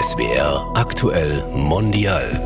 SWR aktuell mondial.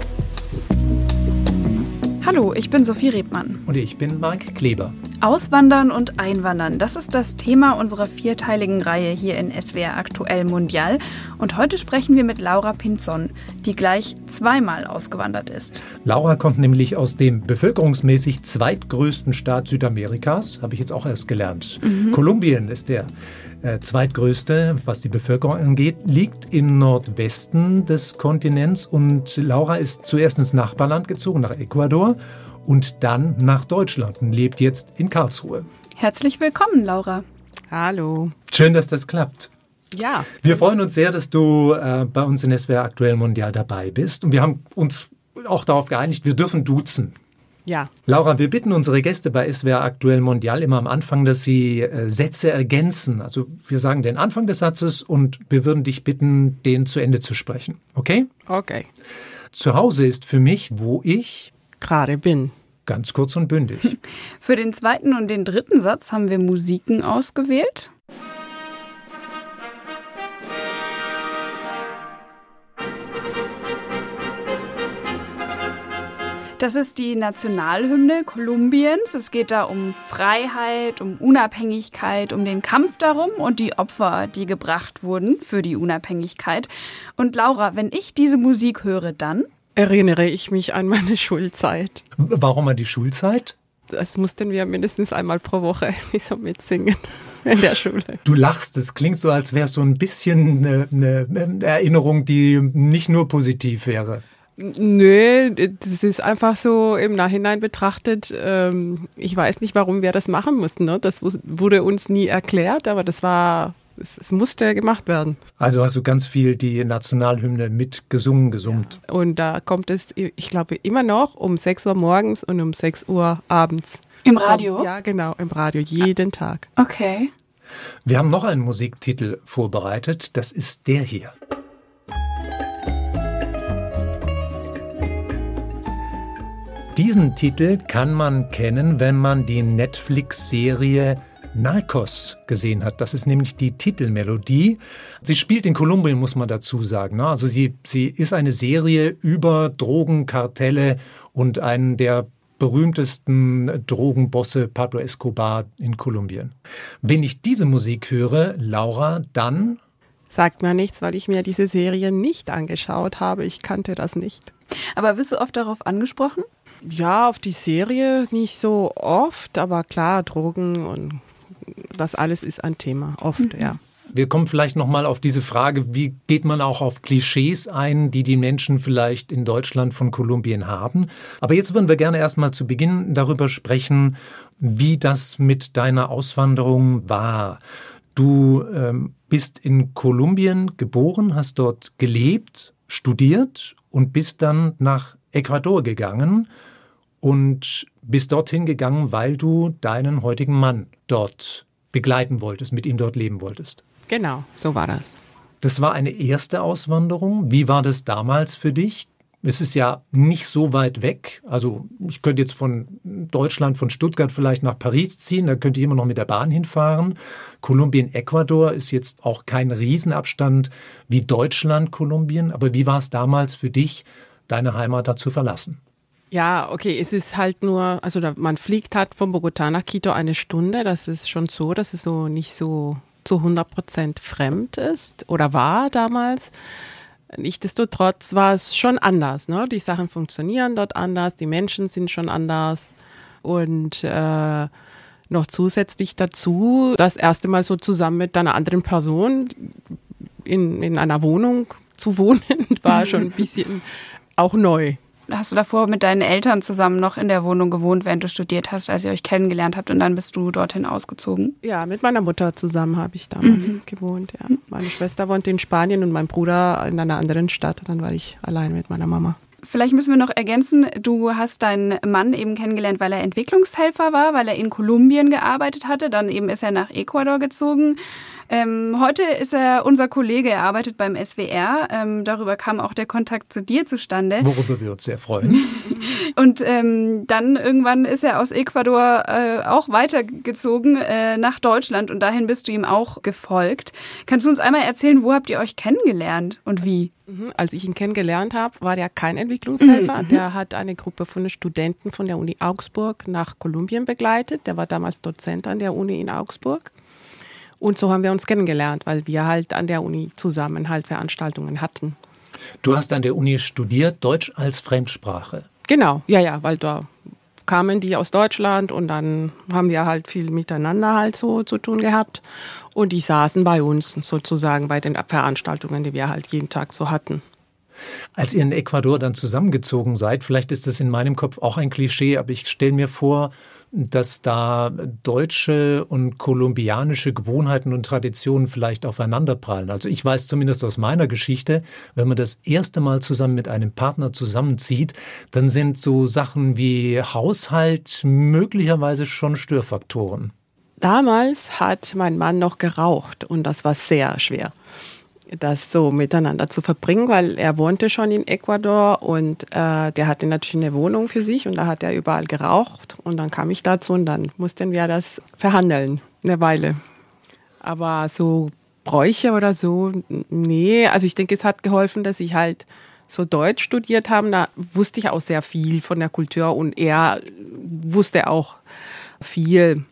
Hallo, ich bin Sophie Rebmann. Und ich bin Marc Kleber. Auswandern und Einwandern, das ist das Thema unserer vierteiligen Reihe hier in SWR aktuell mondial. Und heute sprechen wir mit Laura Pinzon, die gleich zweimal ausgewandert ist. Laura kommt nämlich aus dem bevölkerungsmäßig zweitgrößten Staat Südamerikas, habe ich jetzt auch erst gelernt. Kolumbien ist der zweitgrößte, was die Bevölkerung angeht, liegt im Nordwesten des Kontinents. Und Laura ist zuerst ins Nachbarland gezogen, nach Ecuador, und dann nach Deutschland und lebt jetzt in Karlsruhe. Herzlich willkommen, Laura. Hallo. Schön, dass das klappt. Ja. Wir freuen uns sehr, dass du bei uns in SWR aktuell mondial dabei bist. Und wir haben uns auch darauf geeinigt, wir dürfen duzen. Ja. Laura, wir bitten unsere Gäste bei SWR aktuell mondial immer am Anfang, dass sie Sätze ergänzen. Also wir sagen den Anfang des Satzes und wir würden dich bitten, den zu Ende zu sprechen. Okay? Okay. Zu Hause ist für mich, wo ich Gerade bin. Ganz kurz und bündig. Für den zweiten und den dritten Satz haben wir Musiken ausgewählt. Das ist die Nationalhymne Kolumbiens. Es geht da um Freiheit, um Unabhängigkeit, um den Kampf darum und die Opfer, die gebracht wurden für die Unabhängigkeit. Und Laura, wenn ich diese Musik höre, dann Erinnere ich mich an meine Schulzeit. Warum an die Schulzeit? Das mussten wir mindestens einmal pro Woche so mitsingen in der Schule. Du lachst, es klingt so, als wäre es so ein bisschen eine Erinnerung, die nicht nur positiv wäre. Nö, das ist einfach so im Nachhinein betrachtet. Ich weiß nicht, warum wir das machen mussten. Ne? Das wurde uns nie erklärt, aber es musste gemacht werden. Also hast du ganz viel die Nationalhymne gesummt. Ja. Und da kommt es, ich glaube, immer noch um 6 Uhr morgens und um 6 Uhr abends. Im Radio? Ja, genau, im Radio, jeden Tag. Okay. Wir haben noch einen Musiktitel vorbereitet, das ist der hier. Diesen Titel kann man kennen, wenn man die Netflix-Serie Narcos gesehen hat. Das ist nämlich die Titelmelodie. Sie spielt in Kolumbien, muss man dazu sagen. Also sie ist eine Serie über Drogenkartelle und einen der berühmtesten Drogenbosse, Pablo Escobar, in Kolumbien. Wenn ich diese Musik höre, Laura, dann sagt mir nichts, weil ich mir diese Serie nicht angeschaut habe. Ich kannte das nicht. Aber wirst du oft darauf angesprochen? Ja, auf die Serie nicht so oft, aber klar, Drogen und das alles ist ein Thema, oft, ja. Wir kommen vielleicht nochmal auf diese Frage, wie geht man auch auf Klischees ein, die die Menschen vielleicht in Deutschland von Kolumbien haben. Aber jetzt würden wir gerne erstmal zu Beginn darüber sprechen, wie das mit deiner Auswanderung war. Du bist in Kolumbien geboren, hast dort gelebt, studiert und bist dann nach Ecuador gegangen und bist dorthin gegangen, weil du deinen heutigen Mann dort begleiten wolltest, mit ihm dort leben wolltest. Genau, so war das. Das war eine erste Auswanderung. Wie war das damals für dich? Es ist ja nicht so weit weg. Also ich könnte jetzt von Deutschland, von Stuttgart vielleicht nach Paris ziehen, da könnte ich immer noch mit der Bahn hinfahren. Kolumbien, Ecuador ist jetzt auch kein Riesenabstand wie Deutschland, Kolumbien. Aber wie war es damals für dich, deine Heimat da zu verlassen? Ja, okay, es ist halt nur, also man fliegt halt von Bogotá nach Quito 1 Stunde. Das ist schon so, dass es so nicht so zu 100% fremd ist oder war damals. Nichtsdestotrotz war es schon anders. Ne? Die Sachen funktionieren dort anders, die Menschen sind schon anders und noch zusätzlich dazu das erste Mal so zusammen mit einer anderen Person in einer Wohnung zu wohnen, war schon ein bisschen auch neu. Hast du davor mit deinen Eltern zusammen noch in der Wohnung gewohnt, während du studiert hast, als ihr euch kennengelernt habt und dann bist du dorthin ausgezogen? Ja, mit meiner Mutter zusammen habe ich damals gewohnt. Ja. Meine Schwester wohnte in Spanien und mein Bruder in einer anderen Stadt. Dann war ich allein mit meiner Mama. Vielleicht müssen wir noch ergänzen, du hast deinen Mann eben kennengelernt, weil er Entwicklungshelfer war, weil er in Kolumbien gearbeitet hatte. Dann eben ist er nach Ecuador gezogen. Heute ist er unser Kollege, er arbeitet beim SWR. Darüber kam auch der Kontakt zu dir zustande. Worüber wir uns sehr freuen. Und dann irgendwann ist er aus Ecuador auch weitergezogen nach Deutschland und dahin bist du ihm auch gefolgt. Kannst du uns einmal erzählen, wo habt ihr euch kennengelernt und wie? Als ich ihn kennengelernt habe, war der kein Entwicklungshelfer. Der hat eine Gruppe von Studenten von der Uni Augsburg nach Kolumbien begleitet. Der war damals Dozent an der Uni in Augsburg. Und so haben wir uns kennengelernt, weil wir halt an der Uni zusammen halt Veranstaltungen hatten. Du hast an der Uni studiert, Deutsch als Fremdsprache. Genau, ja, weil da kamen die aus Deutschland und dann haben wir halt viel miteinander halt so zu tun gehabt. Und die saßen bei uns sozusagen bei den Veranstaltungen, die wir halt jeden Tag so hatten. Als ihr in Ecuador dann zusammengezogen seid, vielleicht ist das in meinem Kopf auch ein Klischee, aber ich stelle mir vor, dass da deutsche und kolumbianische Gewohnheiten und Traditionen vielleicht aufeinanderprallen. Also ich weiß zumindest aus meiner Geschichte, wenn man das erste Mal zusammen mit einem Partner zusammenzieht, dann sind so Sachen wie Haushalt möglicherweise schon Störfaktoren. Damals hat mein Mann noch geraucht und das war sehr schwer, das so miteinander zu verbringen, weil er wohnte schon in Ecuador und der hatte natürlich eine Wohnung für sich und da hat er überall geraucht und dann kam ich dazu und dann mussten wir das verhandeln, eine Weile. Aber so Bräuche oder so, nee, also ich denke, es hat geholfen, dass ich halt so Deutsch studiert habe, da wusste ich auch sehr viel von der Kultur und er wusste auch viel,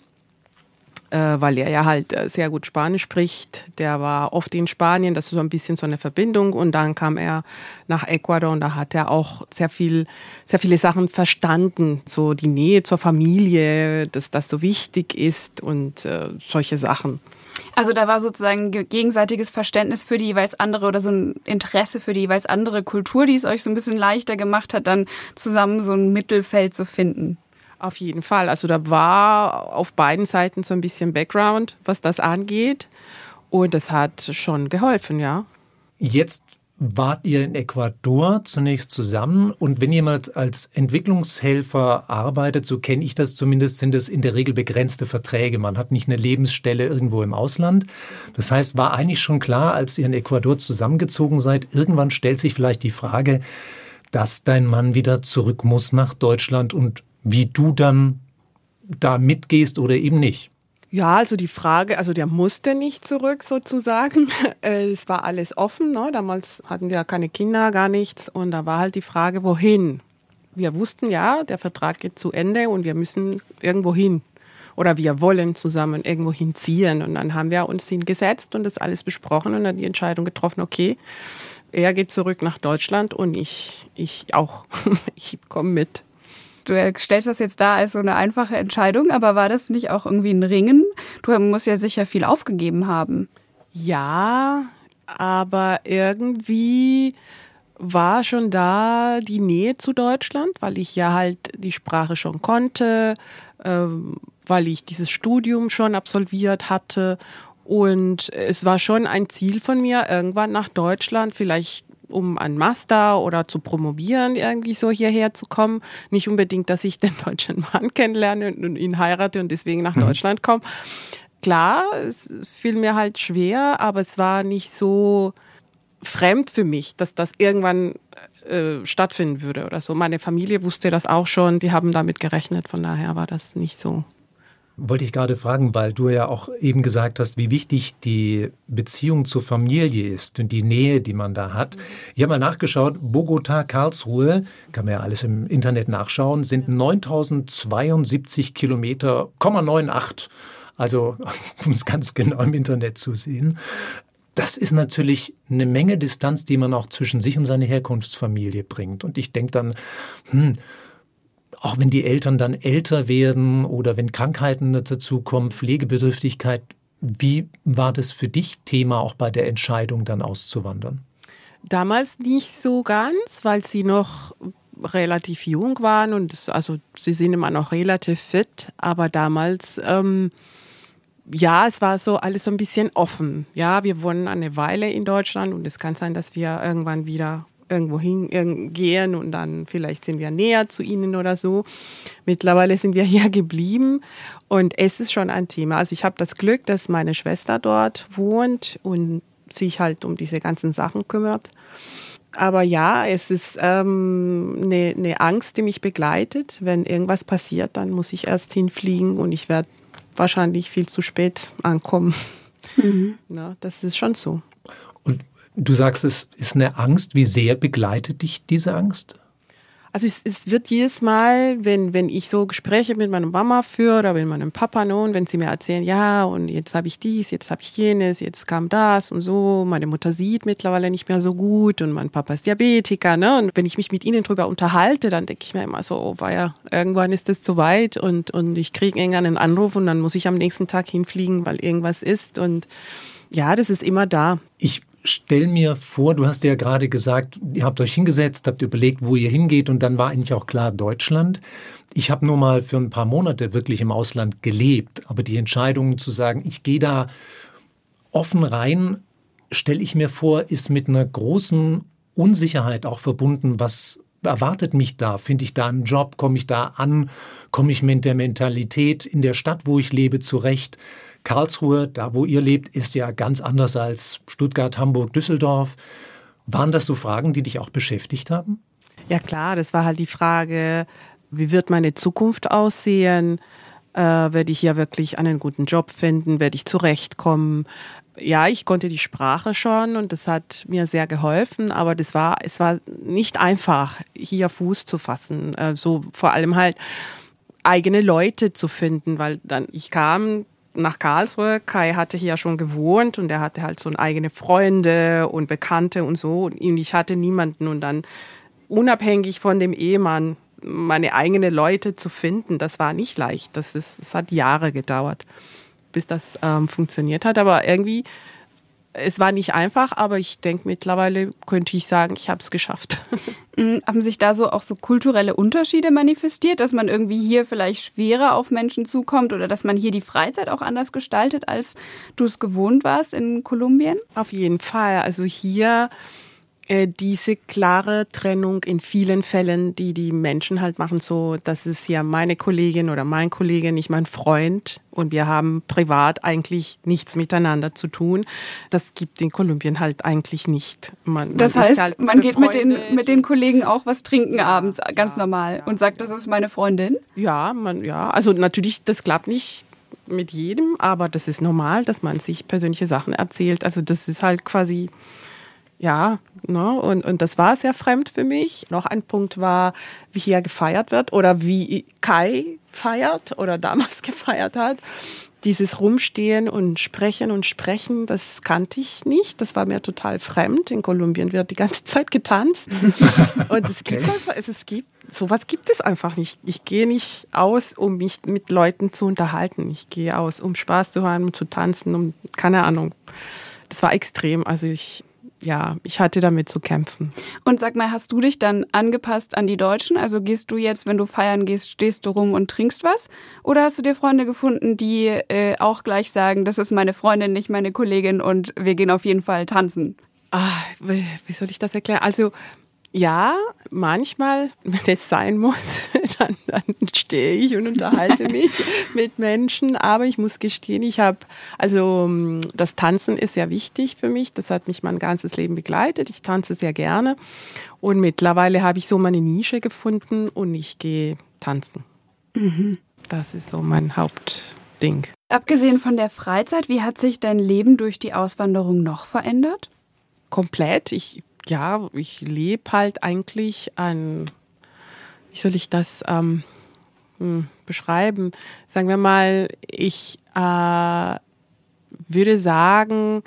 weil er ja halt sehr gut Spanisch spricht. Der war oft in Spanien, das ist so ein bisschen so eine Verbindung. Und dann kam er nach Ecuador und da hat er auch sehr viele Sachen verstanden. So die Nähe zur Familie, dass das so wichtig ist und solche Sachen. Also da war sozusagen gegenseitiges Verständnis für die jeweils andere oder so ein Interesse für die jeweils andere Kultur, die es euch so ein bisschen leichter gemacht hat, dann zusammen so ein Mittelfeld zu finden. Auf jeden Fall. Also da war auf beiden Seiten so ein bisschen Background, was das angeht. Und das hat schon geholfen, ja. Jetzt wart ihr in Ecuador zunächst zusammen. Und wenn jemand als Entwicklungshelfer arbeitet, so kenne ich das zumindest, sind es in der Regel begrenzte Verträge. Man hat nicht eine Lebensstelle irgendwo im Ausland. Das heißt, war eigentlich schon klar, als ihr in Ecuador zusammengezogen seid, irgendwann stellt sich vielleicht die Frage, dass dein Mann wieder zurück muss nach Deutschland und wie du dann da mitgehst oder eben nicht. Ja, also die Frage, also der musste nicht zurück sozusagen. Es war alles offen, ne? Damals hatten wir keine Kinder, gar nichts. Und da war halt die Frage, wohin? Wir wussten ja, der Vertrag geht zu Ende und wir müssen irgendwo hin. Oder wir wollen zusammen irgendwo hinziehen. Und dann haben wir uns hingesetzt und das alles besprochen und dann die Entscheidung getroffen, okay, er geht zurück nach Deutschland und ich auch. Ich komme mit. Du stellst das jetzt da als so eine einfache Entscheidung, aber war das nicht auch irgendwie ein Ringen? Du musst ja sicher viel aufgegeben haben. Ja, aber irgendwie war schon da die Nähe zu Deutschland, weil ich ja halt die Sprache schon konnte, weil ich dieses Studium schon absolviert hatte. Und es war schon ein Ziel von mir, irgendwann nach Deutschland, vielleicht um einen Master oder zu promovieren, irgendwie so hierher zu kommen. Nicht unbedingt, dass ich den deutschen Mann kennenlerne und ihn heirate und deswegen nach Deutschland komme. Klar, es fiel mir halt schwer, aber es war nicht so fremd für mich, dass das irgendwann stattfinden würde oder so. Meine Familie wusste das auch schon, die haben damit gerechnet, von daher war das nicht so. Wollte ich gerade fragen, weil du ja auch eben gesagt hast, wie wichtig die Beziehung zur Familie ist und die Nähe, die man da hat. Ich habe mal nachgeschaut, Bogotá, Karlsruhe, kann man ja alles im Internet nachschauen, sind 9.072 Kilometer, 0,98. Also, um es ganz genau im Internet zu sehen. Das ist natürlich eine Menge Distanz, die man auch zwischen sich und seine Herkunftsfamilie bringt. Und ich denke dann, auch wenn die Eltern dann älter werden oder wenn Krankheiten dazukommen, Pflegebedürftigkeit, wie war das für dich Thema auch bei der Entscheidung, dann auszuwandern? Damals nicht so ganz, weil sie noch relativ jung waren und also sie sind immer noch relativ fit, aber damals, ja, es war so alles so ein bisschen offen. Ja, wir wohnen eine Weile in Deutschland und es kann sein, dass wir irgendwann wieder irgendwo hingehen und dann vielleicht sind wir näher zu ihnen oder so. Mittlerweile sind wir hier geblieben und es ist schon ein Thema. Also ich habe das Glück, dass meine Schwester dort wohnt und sich halt um diese ganzen Sachen kümmert. Aber ja, es ist eine Angst, die mich begleitet. Wenn irgendwas passiert, dann muss ich erst hinfliegen und ich werde wahrscheinlich viel zu spät ankommen. Ja, das ist schon so. Und du sagst, es ist eine Angst. Wie sehr begleitet dich diese Angst? Also es wird jedes Mal, wenn ich so Gespräche mit meiner Mama führe oder mit meinem Papa, und wenn sie mir erzählen, ja, und jetzt habe ich dies, jetzt habe ich jenes, jetzt kam das und so. Meine Mutter sieht mittlerweile nicht mehr so gut und mein Papa ist Diabetiker, ne? Und wenn ich mich mit ihnen drüber unterhalte, dann denke ich mir immer so, oh weia, irgendwann ist das zu weit und ich kriege irgendwann einen Anruf und dann muss ich am nächsten Tag hinfliegen, weil irgendwas ist. Und ja, das ist immer da. Ich stell mir vor, du hast ja gerade gesagt, ihr habt euch hingesetzt, habt überlegt, wo ihr hingeht und dann war eigentlich auch klar Deutschland. Ich habe nur mal für ein paar Monate wirklich im Ausland gelebt, aber die Entscheidung zu sagen, ich gehe da offen rein, stelle ich mir vor, ist mit einer großen Unsicherheit auch verbunden. Was erwartet mich da? Finde ich da einen Job? Komme ich da an? Komme ich mit der Mentalität in der Stadt, wo ich lebe, zurecht? Karlsruhe, da wo ihr lebt, ist ja ganz anders als Stuttgart, Hamburg, Düsseldorf. Waren das so Fragen, die dich auch beschäftigt haben? Ja klar, das war halt die Frage, wie wird meine Zukunft aussehen? Werde ich hier wirklich einen guten Job finden? Werde ich zurechtkommen? Ja, ich konnte die Sprache schon und das hat mir sehr geholfen, aber es war nicht einfach, hier Fuß zu fassen. So vor allem halt eigene Leute zu finden, weil dann ich kam nach Karlsruhe. Kai hatte hier schon gewohnt und er hatte halt so eigene Freunde und Bekannte und so. Und ich hatte niemanden. Und dann unabhängig von dem Ehemann meine eigenen Leute zu finden, das war nicht leicht. Es hat Jahre gedauert, bis das funktioniert hat. Aber irgendwie, es war nicht einfach, aber ich denke, mittlerweile könnte ich sagen, ich habe es geschafft. Haben sich da auch so kulturelle Unterschiede manifestiert, dass man irgendwie hier vielleicht schwerer auf Menschen zukommt oder dass man hier die Freizeit auch anders gestaltet, als du es gewohnt warst in Kolumbien? Auf jeden Fall. Also hier diese klare Trennung in vielen Fällen, die Menschen halt machen, so, das ist ja meine Kollegin oder mein Kollege, nicht mein Freund und wir haben privat eigentlich nichts miteinander zu tun. Das gibt in Kolumbien halt eigentlich nicht. Das heißt, halt man geht mit den Kollegen auch was trinken abends, ganz normal, und sagt, das ist meine Freundin? Ja, also natürlich, das klappt nicht mit jedem, aber das ist normal, dass man sich persönliche Sachen erzählt. Also das ist halt quasi... Ja, ne? Und das war sehr fremd für mich. Noch ein Punkt war, wie hier gefeiert wird oder wie Kai feiert oder damals gefeiert hat. Dieses Rumstehen und Sprechen, das kannte ich nicht. Das war mir total fremd. In Kolumbien wird die ganze Zeit getanzt. Und sowas gibt es einfach nicht. Ich gehe nicht aus, um mich mit Leuten zu unterhalten. Ich gehe aus, um Spaß zu haben, um zu tanzen, um, keine Ahnung. Das war extrem. Also ich hatte damit zu kämpfen. Und sag mal, hast du dich dann angepasst an die Deutschen? Also gehst du jetzt, wenn du feiern gehst, stehst du rum und trinkst was? Oder hast du dir Freunde gefunden, die auch gleich sagen, das ist meine Freundin, nicht meine Kollegin und wir gehen auf jeden Fall tanzen? Wie soll ich das erklären? Also ja, manchmal, wenn es sein muss, dann stehe ich und unterhalte mich mit Menschen. Aber ich muss gestehen, das Tanzen ist sehr wichtig für mich. Das hat mich mein ganzes Leben begleitet. Ich tanze sehr gerne. Und mittlerweile habe ich so meine Nische gefunden und ich gehe tanzen. Mhm. Das ist so mein Hauptding. Abgesehen von der Freizeit, wie hat sich dein Leben durch die Auswanderung noch verändert? Komplett. Ich lebe halt eigentlich wie soll ich das beschreiben? Sagen wir mal, ich würde sagen,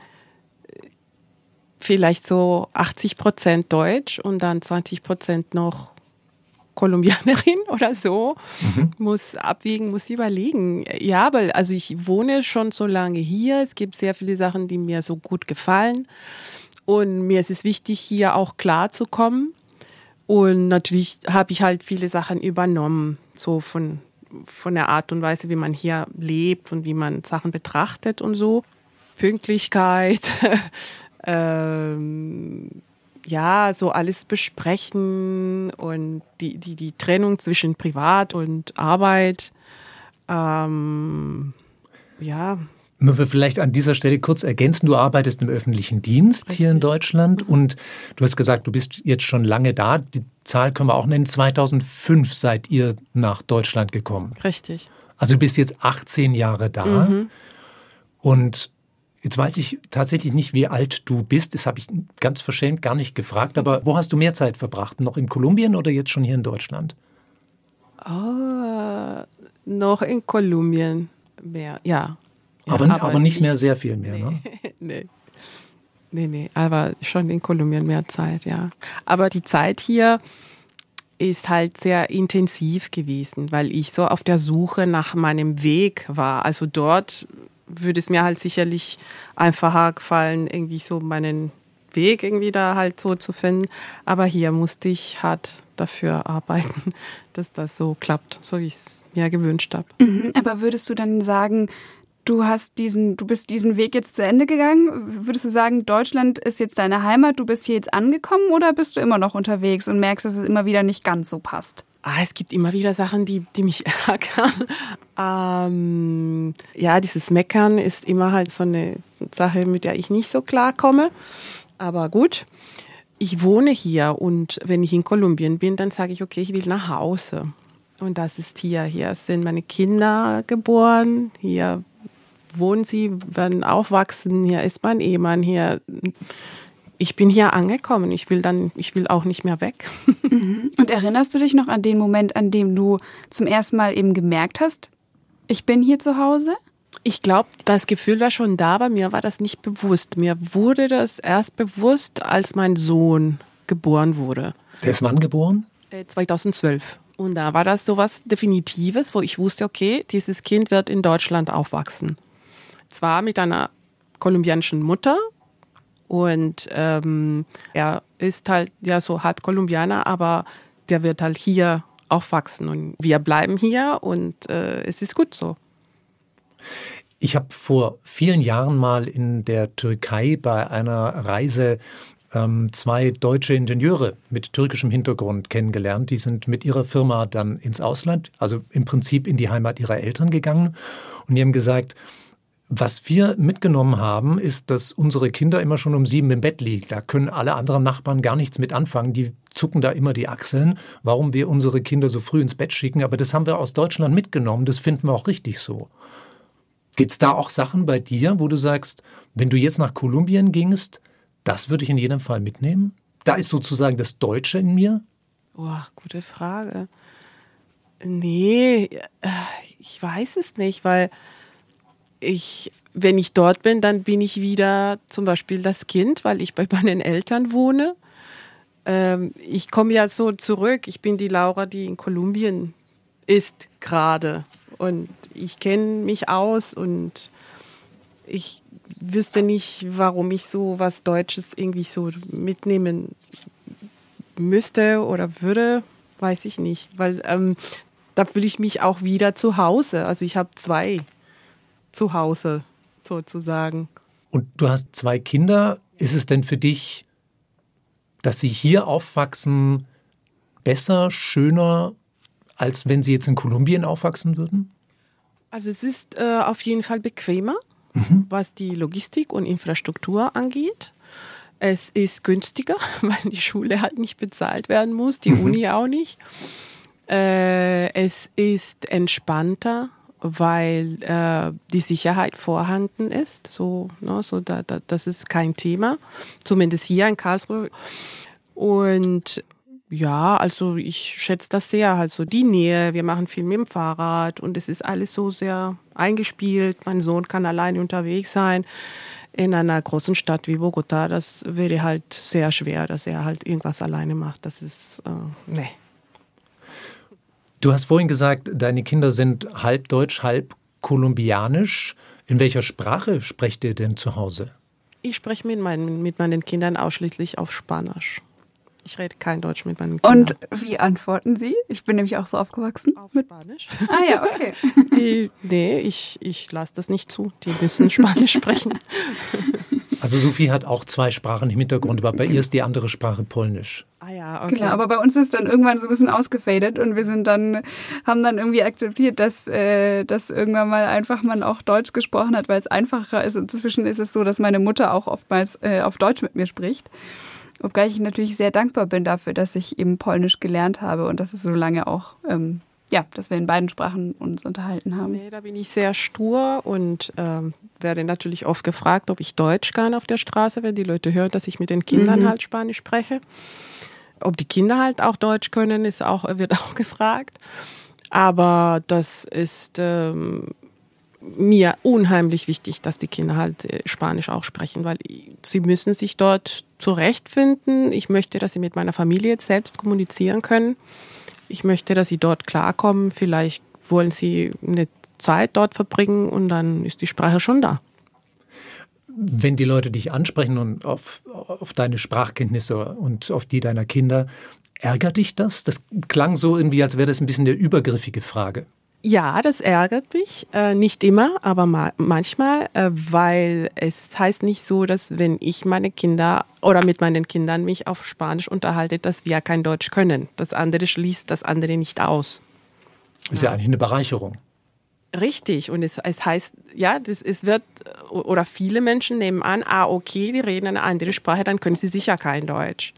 vielleicht so 80% Deutsch und dann 20% noch Kolumbianerin oder so. Muss überlegen. Ja, weil also ich wohne schon so lange hier. Es gibt sehr viele Sachen, die mir so gut gefallen. Und mir ist es wichtig, hier auch klarzukommen. Und natürlich habe ich halt viele Sachen übernommen, so von der Art und Weise, wie man hier lebt und wie man Sachen betrachtet und so. Pünktlichkeit, so alles besprechen und die Trennung zwischen Privat und Arbeit. Müssen wir vielleicht an dieser Stelle kurz ergänzen, du arbeitest im öffentlichen Dienst hier in Deutschland und du hast gesagt, du bist jetzt schon lange da. Die Zahl können wir auch nennen. 2005 seid ihr nach Deutschland gekommen. Richtig. Also du bist jetzt 18 Jahre da und jetzt weiß ich tatsächlich nicht, wie alt du bist. Das habe ich ganz verschämt gar nicht gefragt. Aber wo hast du mehr Zeit verbracht? Noch in Kolumbien oder jetzt schon hier in Deutschland? Noch in Kolumbien mehr, ja. Aber nicht mehr sehr viel mehr, ne? Nee, aber schon in Kolumbien mehr Zeit, ja. Aber die Zeit hier ist halt sehr intensiv gewesen, weil ich so auf der Suche nach meinem Weg war. Also dort würde es mir halt sicherlich einfacher gefallen, irgendwie so meinen Weg irgendwie da halt so zu finden. Aber hier musste ich hart dafür arbeiten, dass das so klappt, so wie ich es mir gewünscht habe. Aber würdest du dann sagen, du bist diesen Weg jetzt zu Ende gegangen? Würdest du sagen, Deutschland ist jetzt deine Heimat, du bist hier jetzt angekommen oder bist du immer noch unterwegs und merkst, dass es immer wieder nicht ganz so passt? Es gibt immer wieder Sachen, die mich ärgern. Dieses Meckern ist immer halt so eine Sache, mit der ich nicht so klarkomme. Aber gut, ich wohne hier und wenn ich in Kolumbien bin, dann sage ich, okay, ich will nach Hause. Und das ist hier. Hier sind meine Kinder geboren, hier wohnen sie, werden aufwachsen, hier ist mein Ehemann, hier. Ich bin hier angekommen, ich will auch nicht mehr weg. Und erinnerst du dich noch an den Moment, an dem du zum ersten Mal eben gemerkt hast, ich bin hier zu Hause? Ich glaube, das Gefühl war schon da, aber mir war das nicht bewusst. Mir wurde das erst bewusst, als mein Sohn geboren wurde. Der ist wann geboren? 2012. Und da war das so was Definitives, wo ich wusste, okay, dieses Kind wird in Deutschland aufwachsen. Zwar mit einer kolumbianischen Mutter und er ist halt ja so halb Kolumbianer, aber der wird halt hier aufwachsen und wir bleiben hier und es ist gut so. Ich habe vor vielen Jahren mal in der Türkei bei einer Reise 2 deutsche Ingenieure mit türkischem Hintergrund kennengelernt. Die sind mit ihrer Firma dann ins Ausland, also im Prinzip in die Heimat ihrer Eltern gegangen. Und die haben gesagt, was wir mitgenommen haben, ist, dass unsere Kinder immer schon um 7 im Bett liegen. Da können alle anderen Nachbarn gar nichts mit anfangen. Die zucken da immer die Achseln, warum wir unsere Kinder so früh ins Bett schicken. Aber das haben wir aus Deutschland mitgenommen. Das finden wir auch richtig so. Gibt es da auch Sachen bei dir, wo du sagst, wenn du jetzt nach Kolumbien gingst, das würde ich in jedem Fall mitnehmen? Da ist sozusagen das Deutsche in mir? Gute Frage. Nee, ich weiß es nicht, weil wenn ich dort bin, dann bin ich wieder zum Beispiel das Kind, weil ich bei meinen Eltern wohne. Ich komme ja so zurück. Ich bin die Laura, die in Kolumbien ist gerade. Und ich kenne mich aus und ich wüsste nicht, warum ich so was Deutsches irgendwie so mitnehmen müsste oder würde, weiß ich nicht. Weil da fühle ich mich auch wieder zu Hause. Also ich habe 2 zu Hause sozusagen. Und du hast 2 Kinder. Ist es denn für dich, dass sie hier aufwachsen, besser, schöner, als wenn sie jetzt in Kolumbien aufwachsen würden? Also es ist auf jeden Fall bequemer, was die Logistik und Infrastruktur angeht. Es ist günstiger, weil die Schule halt nicht bezahlt werden muss, die Uni auch nicht. Es ist entspannter, weil die Sicherheit vorhanden ist. Das ist kein Thema, zumindest hier in Karlsruhe. Und ja, also ich schätze das sehr, also die Nähe, wir machen viel mit dem Fahrrad und es ist alles so sehr eingespielt. Mein Sohn kann alleine unterwegs sein. In einer großen Stadt wie Bogotá, das wäre halt sehr schwer, dass er halt irgendwas alleine macht. Das ist, nee. Du hast vorhin gesagt, deine Kinder sind halb deutsch, halb kolumbianisch. In welcher Sprache sprecht ihr denn zu Hause? Ich spreche mit meinen Kindern ausschließlich auf Spanisch. Ich rede kein Deutsch mit meinen Kindern. Und wie antworten Sie? Ich bin nämlich auch so aufgewachsen. Auf Spanisch. Ah ja, okay. Ich lasse das nicht zu. Die müssen Spanisch sprechen. Also Sophie hat auch 2 Sprachen im Hintergrund, aber bei ihr ist die andere Sprache Polnisch. Ah ja, okay. Genau, aber bei uns ist dann irgendwann so ein bisschen ausgefadet und wir haben dann irgendwie akzeptiert, dass irgendwann mal einfach man auch Deutsch gesprochen hat, weil es einfacher ist. Inzwischen ist es so, dass meine Mutter auch oftmals auf Deutsch mit mir spricht. Obgleich ich natürlich sehr dankbar bin dafür, dass ich eben Polnisch gelernt habe und dass es so lange auch, dass wir in beiden Sprachen uns unterhalten haben. Nee, da bin ich sehr stur und werde natürlich oft gefragt, ob ich Deutsch kann auf der Straße, wenn die Leute hören, dass ich mit den Kindern halt Spanisch spreche. Ob die Kinder halt auch Deutsch können, wird auch gefragt. Aber das ist mir unheimlich wichtig, dass die Kinder halt Spanisch auch sprechen, weil sie müssen sich dort zurechtfinden. Ich möchte, dass sie mit meiner Familie jetzt selbst kommunizieren können. Ich möchte, dass sie dort klarkommen. Vielleicht wollen sie eine Zeit dort verbringen und dann ist die Sprache schon da. Wenn die Leute dich ansprechen und auf deine Sprachkenntnisse und auf die deiner Kinder, ärgert dich das? Das klang so irgendwie, als wäre das ein bisschen eine übergriffige Frage. Ja, das ärgert mich. Nicht immer, aber manchmal, weil es heißt nicht so, dass wenn ich meine Kinder oder mit meinen Kindern mich auf Spanisch unterhalte, dass wir kein Deutsch können. Das andere schließt das andere nicht aus. Das ist ja eigentlich eine Bereicherung. Richtig. Und es heißt, ja, es wird, oder viele Menschen nehmen an, okay, die reden eine andere Sprache, dann können sie sicher kein Deutsch.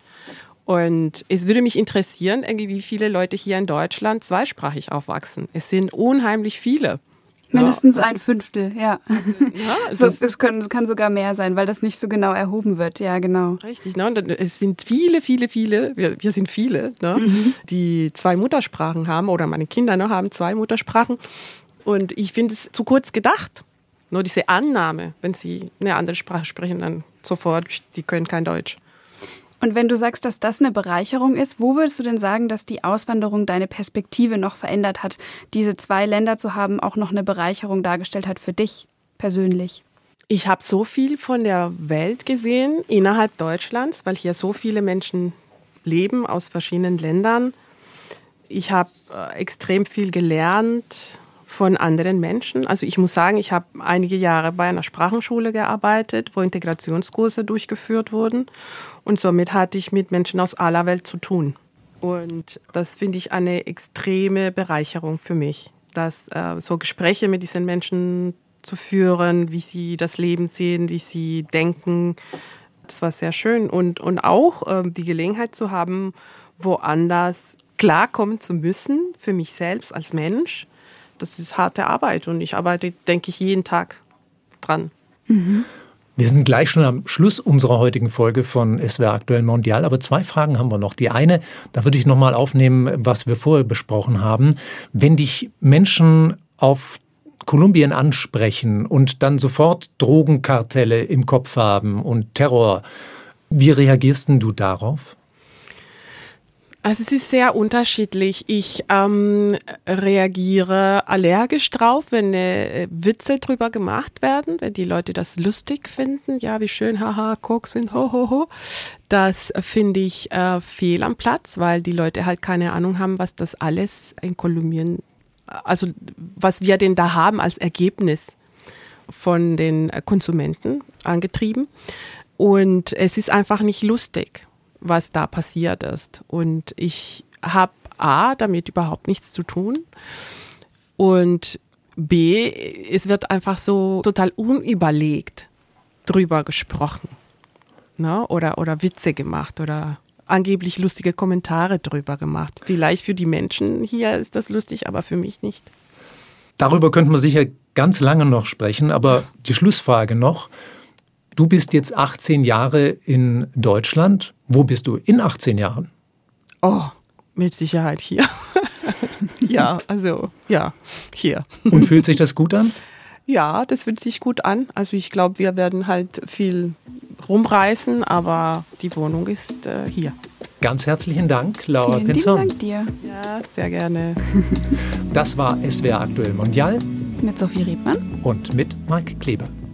Und es würde mich interessieren, irgendwie, wie viele Leute hier in Deutschland zweisprachig aufwachsen. Es sind unheimlich viele. Mindestens 1/5, ja. Ja, Es kann sogar mehr sein, weil das nicht so genau erhoben wird. Ja, genau. Richtig, ne? Und es sind viele, wir sind viele, ne? Die 2 Muttersprachen haben oder meine Kinder haben 2 Muttersprachen. Und ich finde es zu kurz gedacht. Nur diese Annahme, wenn sie eine andere Sprache sprechen, dann sofort, die können kein Deutsch. Und wenn du sagst, dass das eine Bereicherung ist, wo würdest du denn sagen, dass die Auswanderung deine Perspektive noch verändert hat? Diese 2 Länder zu haben, auch noch eine Bereicherung dargestellt hat für dich persönlich? Ich habe so viel von der Welt gesehen innerhalb Deutschlands, weil hier so viele Menschen leben aus verschiedenen Ländern. Ich habe extrem viel gelernt von anderen Menschen. Also ich muss sagen, ich habe einige Jahre bei einer Sprachenschule gearbeitet, wo Integrationskurse durchgeführt wurden. Und somit hatte ich mit Menschen aus aller Welt zu tun. Und das finde ich eine extreme Bereicherung für mich, so Gespräche mit diesen Menschen zu führen, wie sie das Leben sehen, wie sie denken. Das war sehr schön. Und auch die Gelegenheit zu haben, woanders klarkommen zu müssen, für mich selbst als Mensch. Das ist harte Arbeit und ich arbeite, denke ich, jeden Tag dran. Wir sind gleich schon am Schluss unserer heutigen Folge von SWR Aktuell Mondial, aber 2 Fragen haben wir noch. Die eine, da würde ich nochmal aufnehmen, was wir vorher besprochen haben. Wenn dich Menschen auf Kolumbien ansprechen und dann sofort Drogenkartelle im Kopf haben und Terror, wie reagierst denn du darauf? Also es ist sehr unterschiedlich. Ich reagiere allergisch drauf, wenn Witze drüber gemacht werden, wenn die Leute das lustig finden. Ja, wie schön, haha, Koks sind ho, ho, ho. Das finde ich fehl am Platz, weil die Leute halt keine Ahnung haben, was das alles in Kolumbien, also was wir denn da haben als Ergebnis von den Konsumenten angetrieben. Und es ist einfach nicht lustig, was da passiert ist. Und ich habe damit überhaupt nichts zu tun. Und B, es wird einfach so total unüberlegt drüber gesprochen. Ne? Oder Witze gemacht oder angeblich lustige Kommentare drüber gemacht. Vielleicht für die Menschen hier ist das lustig, aber für mich nicht. Darüber könnte man sicher ganz lange noch sprechen, aber die Schlussfrage noch. Du bist jetzt 18 Jahre in Deutschland. Wo bist du in 18 Jahren? Oh, mit Sicherheit hier. Ja, hier. Und fühlt sich das gut an? Ja, das fühlt sich gut an. Also ich glaube, wir werden halt viel rumreisen, aber die Wohnung ist hier. Ganz herzlichen Dank, Laura Vielen Pinzon. Dank dir. Ja, sehr gerne. Das war SWR Aktuell Mondial. Mit Sophie Riebmann und mit Mike Kleber.